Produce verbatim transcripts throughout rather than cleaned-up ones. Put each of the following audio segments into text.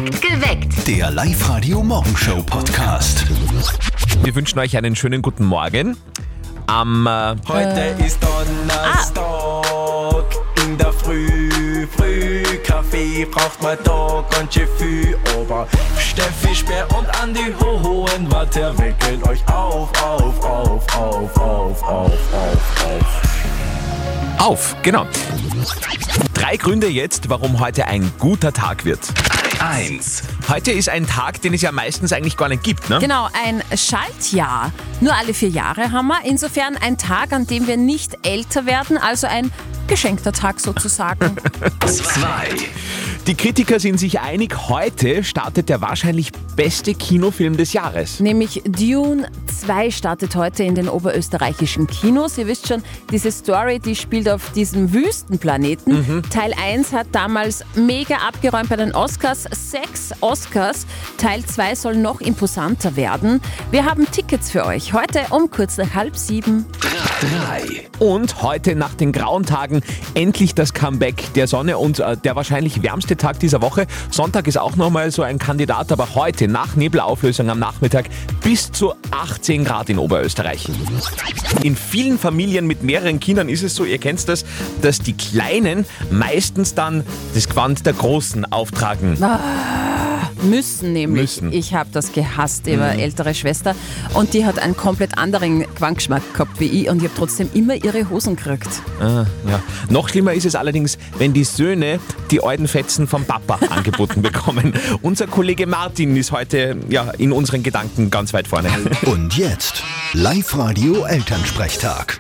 Geweckt. Der Live-Radio-Morgenshow-Podcast. Wir wünschen euch einen schönen guten Morgen. Am äh, Heute ist Donnerstag, ah. in der Früh, früh, Kaffee braucht man da ganz schön viel, aber Steffi Speer und Andi Hohenwarter wecken euch auf, auf, auf, auf, auf, auf, auf, auf. Auf, genau. Drei Gründe jetzt, warum heute ein guter Tag wird. eins. Heute ist ein Tag, den es ja meistens eigentlich gar nicht gibt, ne? Genau, ein Schaltjahr. Nur alle vier Jahre haben wir. Insofern ein Tag, an dem wir nicht älter werden, also ein geschenkter Tag sozusagen. zwei. Die Kritiker sind sich einig, heute startet der wahrscheinlich beste Kinofilm des Jahres. Nämlich Dune zwei startet heute in den oberösterreichischen Kinos. Ihr wisst schon, diese Story, die spielt auf diesem Wüstenplaneten. Mhm. Teil eins hat damals mega abgeräumt bei den Oscars. Sechs Oscars. Teil zwei soll noch imposanter werden. Wir haben Tickets für euch. Heute um kurz nach halb sieben. drei. Und heute nach den grauen Tagen endlich das Comeback der Sonne und äh, der wahrscheinlich wärmste Tag dieser Woche. Sonntag ist auch nochmal so ein Kandidat, aber heute nach Nebelauflösung am Nachmittag bis zu achtzehn Grad in Oberösterreich. In vielen Familien mit mehreren Kindern ist es so, ihr kennt das, dass die Kleinen meistens dann das Gewand der Großen auftragen. Ah. Müssen nämlich. Müssen. Ich habe das gehasst, ich war mhm. ältere Schwester und die hat einen komplett anderen Gewandgeschmack gehabt wie ich und ich habe trotzdem immer ihre Hosen gekriegt. Ah, ja. Noch schlimmer ist es allerdings, wenn die Söhne die alten Fetzen vom Papa angeboten bekommen. Unser Kollege Martin ist heute ja, in unseren Gedanken ganz weit vorne. Und jetzt Live-Radio Elternsprechtag.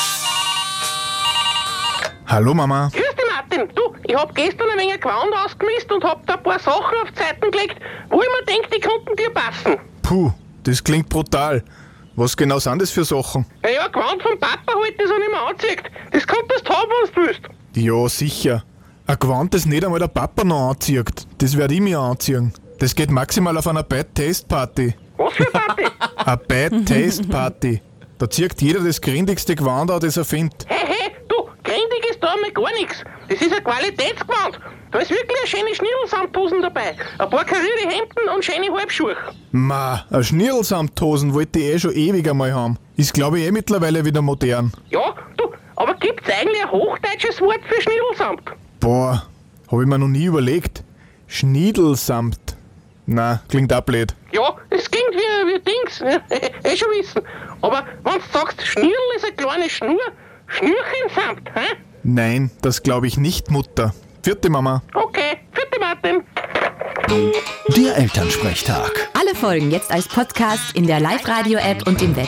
Hallo Mama. Grüß dich Martin, du, ich hab gestern ein wenig Gewand ausgemisst und hab da ein paar Sachen auf die Seiten gelegt, wo ich mir denke, die könnten dir passen. Puh, das klingt brutal. Was genau sind das für Sachen? Ja, ja, Gewand vom Papa halt, das er nicht mehr anzieht. Das könntest du haben, wenn du willst. Ja, sicher. Ein Gewand, das nicht einmal der Papa noch anzieht, das werd ich mir anziehen. Das geht maximal auf einer Bad Taste Party. Was für eine Party? Eine Bad Taste Party. Da zieht jeder das grindigste Gewand an, das er findet. Hey, hey, du, grindig ist da einmal gar nichts. Das ist ein Qualitätsgewand. Da ist wirklich eine schöne Schnirlsamthosen dabei. Ein paar karierte Hemden und schöne Halbschuhe. Ma, eine Schnirlsamthosen wollte ich eh schon ewig einmal haben. Ist glaube ich eh mittlerweile wieder modern. Ja, du, aber gibt's eigentlich ein hochdeutsches Wort für Schnirlsamt? Boah, hab ich mir noch nie überlegt. Schniedelsamt. Na, klingt auch blöd. Ja, es klingt wie, wie Dings, ja, eh schon wissen. Aber wenn du sagst, Schnirl ist eine kleine Schnur, Schnürchensamt, hä? Nein, das glaube ich nicht, Mutter. Vierte Mama. Okay, vierte Martin. Der Elternsprechtag. Alle Folgen jetzt als Podcast in der Live-Radio-App und im Web.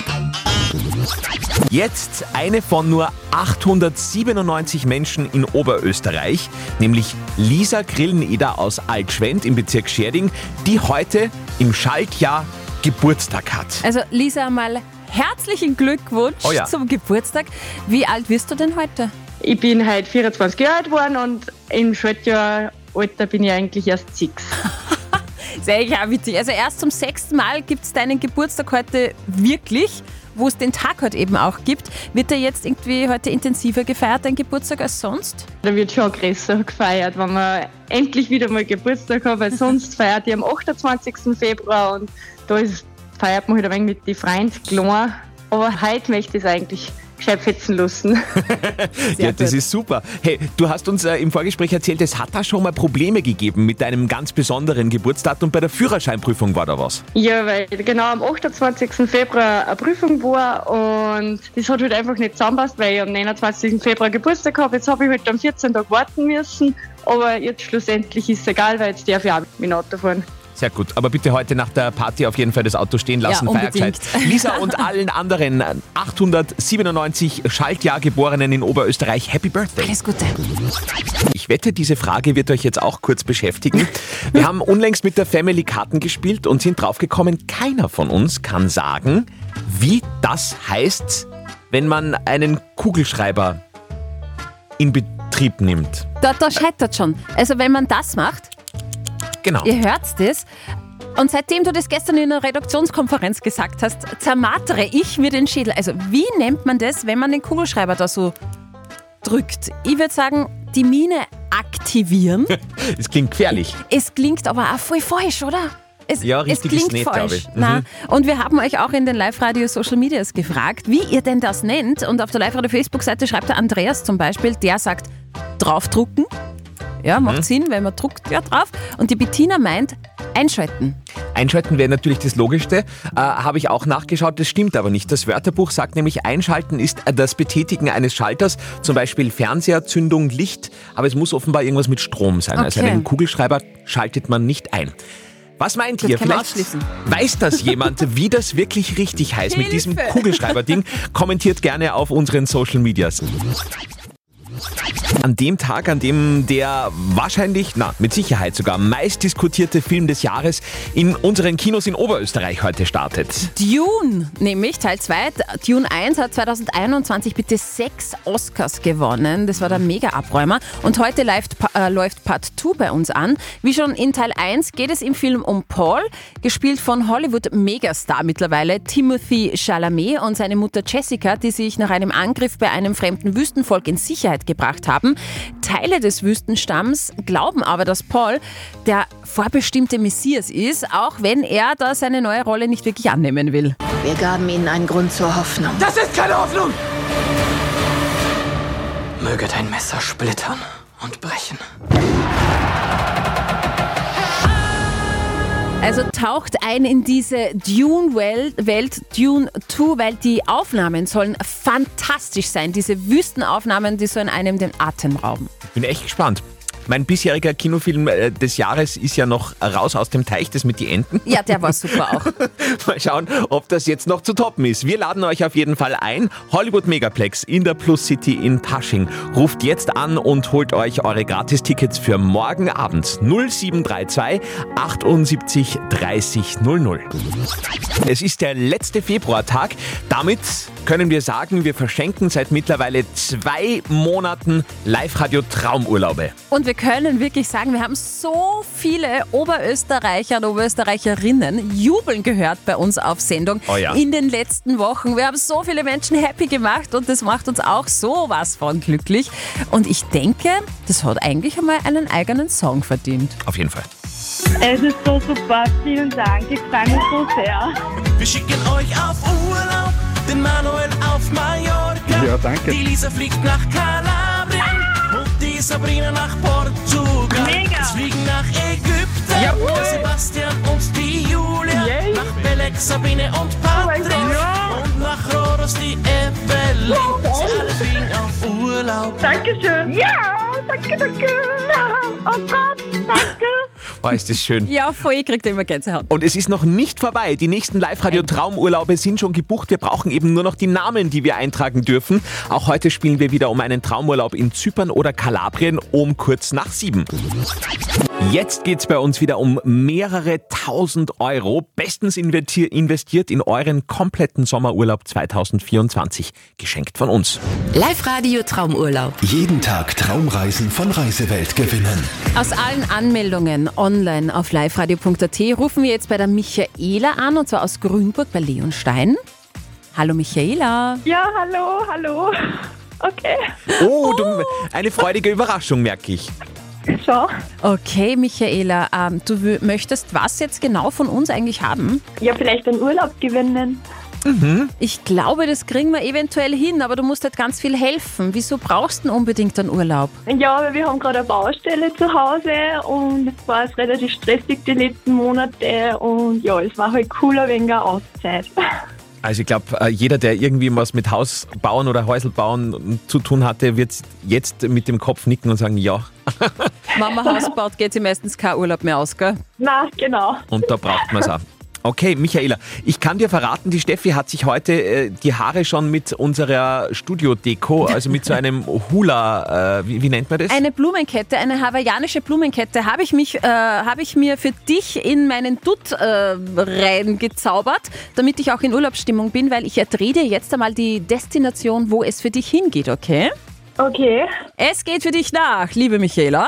Jetzt eine von nur achthundertsiebenundneunzig Menschen in Oberösterreich, nämlich Lisa Grilleneder aus Altschwend im Bezirk Schärding, die heute im Schaltjahr Geburtstag hat. Also Lisa, mal herzlichen Glückwunsch Oh ja. zum Geburtstag. Wie alt wirst du denn heute? Ich bin halt vierundzwanzig Jahre alt geworden und im Schaltjahr Alter bin ich eigentlich erst sechs. Sehr ja witzig. Also erst zum sechsten Mal gibt es deinen Geburtstag heute wirklich, wo es den Tag heute eben auch gibt. Wird der jetzt irgendwie heute intensiver gefeiert, dein Geburtstag, als sonst? Da wird schon größer gefeiert, wenn man endlich wieder mal Geburtstag hat, weil sonst feiert ich am achtundzwanzigsten Februar und da ist, feiert man halt ein wenig mit den Freunden klein. Aber heute möchte ich es eigentlich gescheit fetzen lassen. Ja, das gut. Ist super. Hey, du hast uns äh, im Vorgespräch erzählt, es hat da schon mal Probleme gegeben mit deinem ganz besonderen Geburtsdatum. Bei der Führerscheinprüfung war da was. Ja, weil genau am achtundzwanzigsten Februar eine Prüfung war und das hat halt einfach nicht zusammenpasst, weil ich am neunundzwanzigsten Februar Geburtstag habe. Jetzt habe ich halt am vierzehnten Tag warten müssen, aber jetzt schlussendlich ist es egal, weil jetzt darf ich auch mit dem Auto fahren. Sehr gut, aber bitte heute nach der Party auf jeden Fall das Auto stehen lassen. Ja, unbedingt. Lisa und allen anderen achthundertsiebenundneunzig Schaltjahrgeborenen in Oberösterreich, Happy Birthday. Alles Gute. Ich wette, diese Frage wird euch jetzt auch kurz beschäftigen. Wir haben unlängst mit der Family Karten gespielt und sind draufgekommen, keiner von uns kann sagen, wie das heißt, wenn man einen Kugelschreiber in Betrieb nimmt. Da, da scheitert schon. Also wenn man das macht, genau. Ihr hört das. Und seitdem du das gestern in einer Redaktionskonferenz gesagt hast, zermartere ich mir den Schädel. Also wie nennt man das, wenn man den Kugelschreiber da so drückt? Ich würde sagen, die Mine aktivieren. Das klingt gefährlich. Es klingt aber auch voll falsch, oder? Es, Ja, es richtig klingt ist nicht, glaube falsch. ich. Na, Mhm. und wir haben euch auch in den Live-Radio Social Medias gefragt, wie ihr denn das nennt. Und auf der Live-Radio Facebook-Seite schreibt der Andreas zum Beispiel, der sagt, draufdrucken. Ja, macht Mhm. Sinn, wenn man druckt, ja, drauf. Und die Bettina meint, einschalten. Einschalten wäre natürlich das Logischste, äh, habe ich auch nachgeschaut, das stimmt aber nicht. Das Wörterbuch sagt nämlich, einschalten ist das Betätigen eines Schalters, zum Beispiel Fernseherzündung, Licht, aber es muss offenbar irgendwas mit Strom sein. Also Okay. einen Kugelschreiber schaltet man nicht ein. Was meint Das ihr? kann man Vielleicht ausschließen. weiß das jemand, wie das wirklich richtig heißt mit diesem Hilfe! Kugelschreiber-Ding? Kommentiert gerne auf unseren Social Medias. An dem Tag, an dem der wahrscheinlich, na, mit Sicherheit sogar meistdiskutierte Film des Jahres in unseren Kinos in Oberösterreich heute startet. Dune, nämlich Teil zwei. Dune eins hat zwanzig einundzwanzig bitte sechs Oscars gewonnen. Das war der Mega-Abräumer. Und heute läuft, äh, läuft Part zwei bei uns an. Wie schon in Teil eins geht es im Film um Paul, gespielt von Hollywood-Megastar mittlerweile Timothée Chalamet und seine Mutter Jessica, die sich nach einem Angriff bei einem fremden Wüstenvolk in Sicherheit gebracht haben. Teile des Wüstenstamms glauben aber, dass Paul der vorbestimmte Messias ist, auch wenn er da seine neue Rolle nicht wirklich annehmen will. Wir gaben ihnen einen Grund zur Hoffnung. Das ist keine Hoffnung! Möge dein Messer splittern und brechen. Also taucht ein in diese Dune-Welt, Welt, Dune zwei, weil die Aufnahmen sollen fantastisch sein. Diese Wüstenaufnahmen, die sollen einem den Atem rauben. Bin echt gespannt. Mein bisheriger Kinofilm äh, des Jahres ist ja noch Raus aus dem Teich, das mit die Enten. Ja, der war super auch. Mal schauen, ob das jetzt noch zu toppen ist. Wir laden euch auf jeden Fall ein. Hollywood Megaplex in der Plus City in Pasching. Ruft jetzt an und holt euch eure Gratistickets für morgen Abend null sieben drei zwei achtundsiebzig dreißig null null. Es ist der letzte Februartag. Damit können wir sagen, wir verschenken seit mittlerweile zwei Monaten Live-Radio Traumurlaube. Und wir können wirklich sagen, wir haben so viele Oberösterreicher und Oberösterreicherinnen jubeln gehört bei uns auf Sendung Oh ja. in den letzten Wochen. Wir haben so viele Menschen happy gemacht und das macht uns auch sowas von glücklich. Und ich denke, das hat eigentlich einmal einen eigenen Song verdient. Auf jeden Fall. Es ist so super, vielen Dank, ich freue mich so sehr. Wir schicken euch auf Urlaub, den Manuel auf Mallorca. Ja, danke. Die Lisa fliegt nach Kalabrien und die Sabrina nach Portugal. Mega. Es fliegen nach Ägypten, der Sebastian und die Julia. Yay. Nach Belek, Sabine und Patrick. Ja. Und nach Rhodos die Evelyn. Sie alle fliegen auf Urlaub. Dankeschön. Ja, danke, danke. Oh Gott, danke. Oh, ist das schön. Ja, voll, ich krieg immer Gänsehaut. Und es ist noch nicht vorbei. Die nächsten Live-Radio-Traumurlaube sind schon gebucht. Wir brauchen eben nur noch die Namen, die wir eintragen dürfen. Auch heute spielen wir wieder um einen Traumurlaub in Zypern oder Kalabrien um kurz nach sieben. Jetzt geht's bei uns wieder um mehrere tausend Euro. Bestens investi- investiert in euren kompletten Sommerurlaub zweitausendvierundzwanzig. Geschenkt von uns. Live-Radio Traumurlaub. Jeden Tag Traumreisen von Reisewelt gewinnen. Aus allen Anmeldungen online auf liveradio punkt at rufen wir jetzt bei der Michaela an, und zwar aus Grünburg bei Leonstein. Hallo Michaela. Ja, hallo, hallo. Okay, Oh, du, eine freudige Überraschung, merke ich. schau. Okay, Michaela, ähm, du w- möchtest was jetzt genau von uns eigentlich haben? Ja, vielleicht einen Urlaub gewinnen. Ich glaube, das kriegen wir eventuell hin, aber du musst halt ganz viel helfen. Wieso brauchst du denn unbedingt einen Urlaub? Ja, aber wir haben gerade eine Baustelle zu Hause und es war jetzt relativ stressig die letzten Monate und ja, es war halt cooler wegen der Auszeit. Also ich glaube, jeder, der irgendwie was mit Haus bauen oder Häusl bauen zu tun hatte, wird jetzt mit dem Kopf nicken und sagen, ja. Mama Haus baut, geht sie meistens kein Urlaub mehr aus, gell? Na, genau. Und da braucht man es auch. Okay, Michaela, ich kann dir verraten, die Steffi hat sich heute äh, die Haare schon mit unserer Studio-Deko, also mit so einem Hula, äh, wie, wie nennt man das? Eine Blumenkette, eine hawaiianische Blumenkette habe ich, mich, äh, habe ich mir für dich in meinen Dutt äh, reingezaubert, damit ich auch in Urlaubsstimmung bin, weil ich erdrehe dir jetzt einmal die Destination, wo es für dich hingeht, okay? Okay. Es geht für dich nach, liebe Michaela.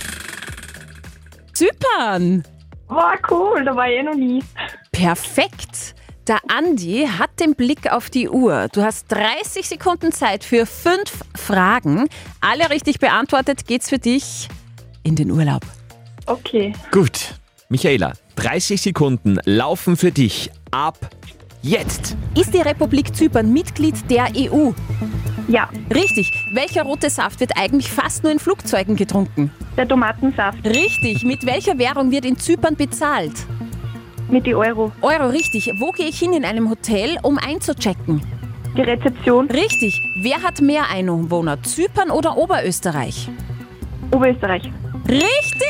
Zypern! War cool, da war ich eh noch nie. Perfekt. Der Andi hat den Blick auf die Uhr. Du hast dreißig Sekunden Zeit für fünf Fragen. Alle richtig beantwortet geht's für dich in den Urlaub. Okay. Gut. Michaela, dreißig Sekunden laufen für dich ab jetzt. Ist die Republik Zypern Mitglied der E U? Ja, Richtig. Welcher rote Saft wird eigentlich fast nur in Flugzeugen getrunken? der Tomatensaft Richtig. Mit welcher Währung wird in Zypern bezahlt? mit die Euro. Euro, richtig. Wo gehe ich hin in einem Hotel, um einzuchecken? Die Rezeption Richtig. Wer hat mehr Einwohner, Zypern oder Oberösterreich? Oberösterreich. Richtig!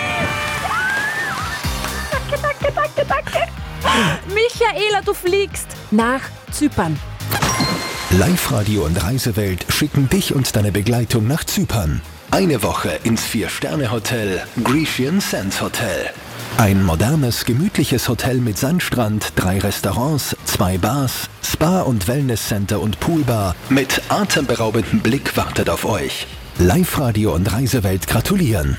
Danke, danke, danke, danke. Michaela, du fliegst nach Zypern. Live-Radio und Reisewelt schicken dich und deine Begleitung nach Zypern. Eine Woche ins Vier-Sterne-Hotel Grecian Sands Hotel. Ein modernes, gemütliches Hotel mit Sandstrand, drei Restaurants, zwei Bars, Spa- und Wellnesscenter und Poolbar mit atemberaubendem Blick wartet auf euch. Live-Radio und Reisewelt gratulieren.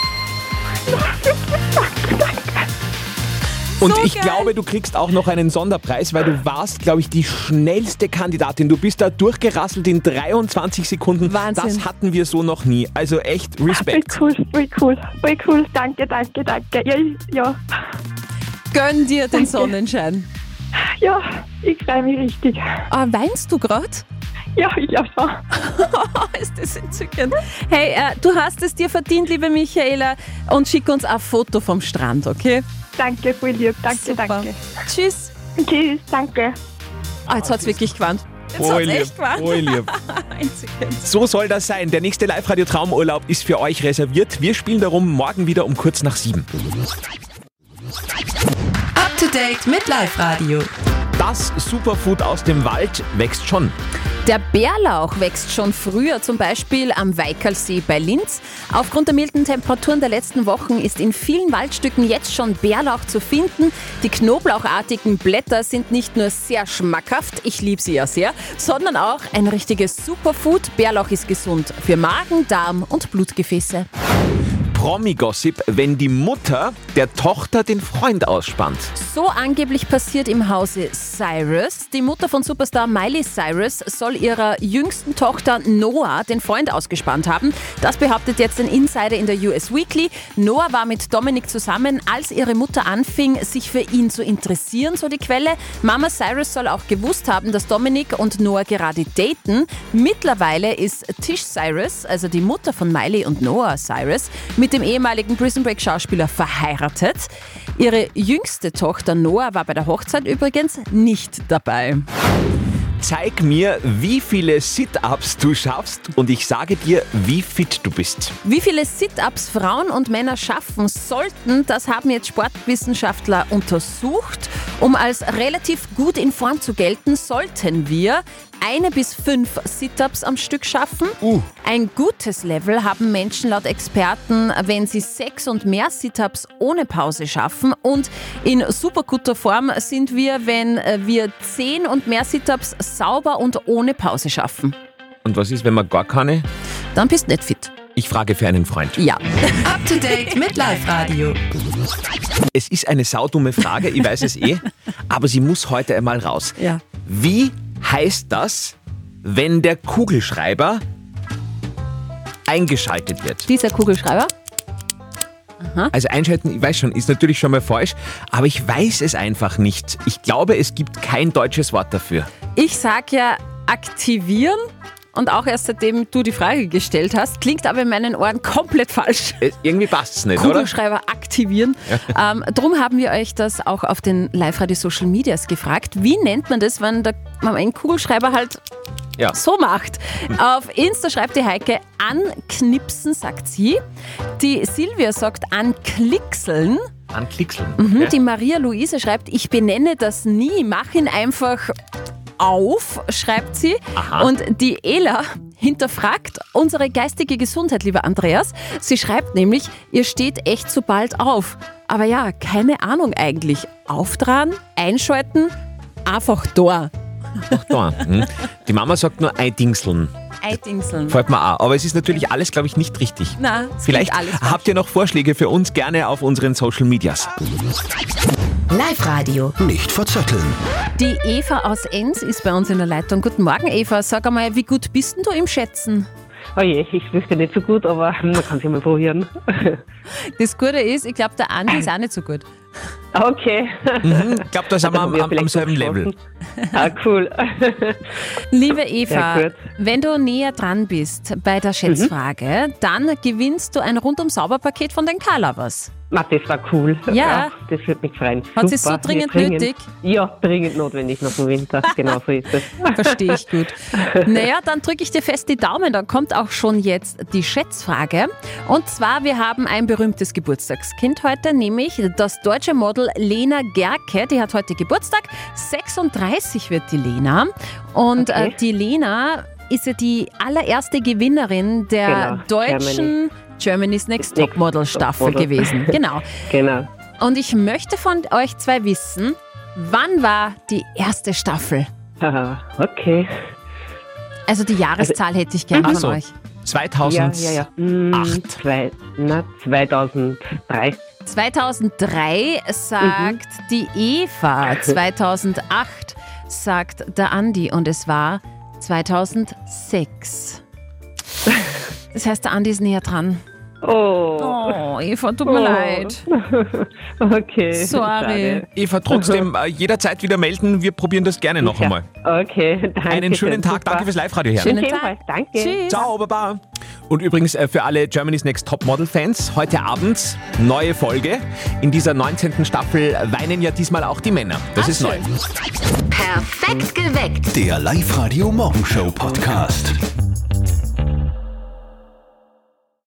Und So ich geil. glaube, du kriegst auch noch einen Sonderpreis, weil du warst, glaube ich, die schnellste Kandidatin. Du bist da durchgerasselt in dreiundzwanzig Sekunden. Wahnsinn. Das hatten wir so noch nie. Also echt Voll Respekt. cool, voll cool, voll cool. Danke, danke, danke. Ja, ich- ja, Gönn dir den Danke. Sonnenschein. ja, ich freue mich richtig. Ah, weinst du gerade? Ja, ich glaube schon. Ist das entzückend. Hey, äh, du hast es dir verdient, liebe Michaela. Und schick uns ein Foto vom Strand, okay? Danke, voll lieb. Danke, Super. danke. Tschüss. Tschüss, danke. Ah, jetzt hat es wirklich gewarnt. Jetzt Oh, hat es lieb. echt gewarnt. Oh, lieb. Entzückend. So soll das sein. Der nächste Live-Radio-Traumurlaub ist für euch reserviert. Wir spielen darum morgen wieder um kurz nach sieben. Up to date mit Live-Radio. Das Superfood aus dem Wald wächst schon. Der Bärlauch wächst schon früher, zum Beispiel am Weikerlsee bei Linz. Aufgrund der milden Temperaturen der letzten Wochen ist in vielen Waldstücken jetzt schon Bärlauch zu finden. Die knoblauchartigen Blätter sind nicht nur sehr schmackhaft, ich liebe sie ja sehr, sondern auch ein richtiges Superfood. Bärlauch ist gesund für Magen, Darm und Blutgefäße. Promi-Gossip, wenn die Mutter der Tochter den Freund ausspannt. So angeblich passiert im Hause Cyrus. Die Mutter von Superstar Miley Cyrus soll ihrer jüngsten Tochter Noah den Freund ausgespannt haben. Das behauptet jetzt ein Insider in der U S Weekly. Noah war mit Dominic zusammen, als ihre Mutter anfing, sich für ihn zu interessieren, so die Quelle. Mama Cyrus soll auch gewusst haben, dass Dominic und Noah gerade daten. Mittlerweile ist Tish Cyrus, also die Mutter von Miley und Noah Cyrus, mit dem ehemaligen Prison Break Schauspieler verheiratet. Ihre jüngste Tochter Noah war bei der Hochzeit übrigens nicht dabei. Zeig mir, wie viele Sit-Ups du schaffst und ich sage dir, wie fit du bist. Wie viele Sit-Ups Frauen und Männer schaffen sollten, das haben jetzt Sportwissenschaftler untersucht. Um als relativ gut in Form zu gelten, sollten wir eine bis fünf Sit-Ups am Stück schaffen. Uh. Ein gutes Level haben Menschen laut Experten, wenn sie sechs und mehr Sit-Ups ohne Pause schaffen. Und in super guter Form sind wir, wenn wir zehn und mehr Sit-Ups sauber und ohne Pause schaffen. Und was ist, wenn man gar keine? Dann bist du nicht fit. Ich frage für einen Freund. Ja. Up to date mit Live-Radio. Es ist eine saudumme Frage, ich weiß es eh, aber sie muss heute einmal raus. Ja. Wie heißt das, wenn der Kugelschreiber eingeschaltet wird? Dieser Kugelschreiber? Also einschalten, ich weiß schon, ist natürlich schon mal falsch, aber ich weiß es einfach nicht. Ich glaube, es gibt kein deutsches Wort dafür. Ich sag ja aktivieren und auch erst seitdem du die Frage gestellt hast, klingt aber in meinen Ohren komplett falsch. Äh, Irgendwie passt es nicht, oder? Kugelschreiber aktivieren. Ähm, drum haben wir euch das auch auf den Live-Radio Social Medias gefragt. Wie nennt man das, wenn der, man einen Kugelschreiber halt Ja. so macht? Auf Insta schreibt die Heike anknipsen, sagt sie. Die Silvia sagt anklickseln. Anklickseln. Mhm, Ja. Die Maria Luise schreibt, ich benenne das nie, mach ihn einfach auf, schreibt sie. Aha. Und die Ela hinterfragt unsere geistige Gesundheit, lieber Andreas. Sie schreibt nämlich, ihr steht echt zu bald auf. Aber ja, keine Ahnung eigentlich. Aufdran, einschalten, einfach da. Ach, da. Hm. Die Mama sagt nur eindingseln. Eidingseln. Fällt mir auch. Aber es ist natürlich alles, glaube ich, nicht richtig. Na, es Vielleicht klingt alles falsch. habt ihr noch Vorschläge für uns gerne auf unseren Social Medias. Live-Radio. Nicht verzetteln. Die Eva aus Enns ist bei uns in der Leitung. Guten Morgen, Eva. Sag einmal, wie gut bist denn du im Schätzen? Oh je, ich wüsste nicht so gut, aber man kann sich mal probieren. Das Gute ist, ich glaube, der Andi ist auch nicht so gut. Okay. Mhm, ich glaube, da sind wir am, am, am selben Level. Ah, cool. Liebe Eva, Sehr gut. wenn du näher dran bist bei der Schätzfrage, mhm. dann gewinnst du ein Rundum-Sauber-Paket von den K-Lovers. Na, das war cool. Ja. Das würde mich freuen. Hat Super. es so dringend, Ja, nötig? Ja, dringend notwendig nach dem Winter. Genau so ist es. Verstehe ich gut. Naja, dann drücke ich dir fest die Daumen. Dann kommt auch schon jetzt die Schätzfrage. Und zwar, wir haben ein berühmtes Geburtstagskind heute, nämlich das deutsche Model Lena Gerke. Die hat heute Geburtstag. sechsunddreißig wird die Lena. Und Okay. äh, die Lena ist ja die allererste Gewinnerin der Genau, deutschen Germany. Germany's Next Next Topmodel Staffel Topmodel. gewesen. Genau. Genau. Und ich möchte von euch zwei wissen, wann war die erste Staffel? Haha, okay. Also die Jahreszahl hätte ich gerne Ach von so. euch. zweitausend. Ja, ja, ja. Hm, Acht. Zwei, na, zweitausenddrei. zweitausenddrei sagt die Eva, zweitausendacht sagt der Andi und es war zweitausendsechs. Das heißt, der Andi ist näher dran. Oh. Oh, Eva, tut mir Oh. leid. Okay. Sorry. Schade. Eva, trotzdem äh, jederzeit wieder melden. Wir probieren das gerne noch Ja. einmal. Okay, danke. Einen schönen schön. Tag. Super. Danke fürs Live-Radio her. Schönen Schönen Tag. Tag. Danke. Tschüss. Ciao, Baba. Und übrigens äh, für alle Germany's Next Topmodel-Fans, heute Abend neue Folge. In dieser neunzehnten Staffel weinen ja diesmal auch die Männer. Das Ah, ist neu. schön. Perfekt geweckt. Der Live-Radio Morgenshow Podcast.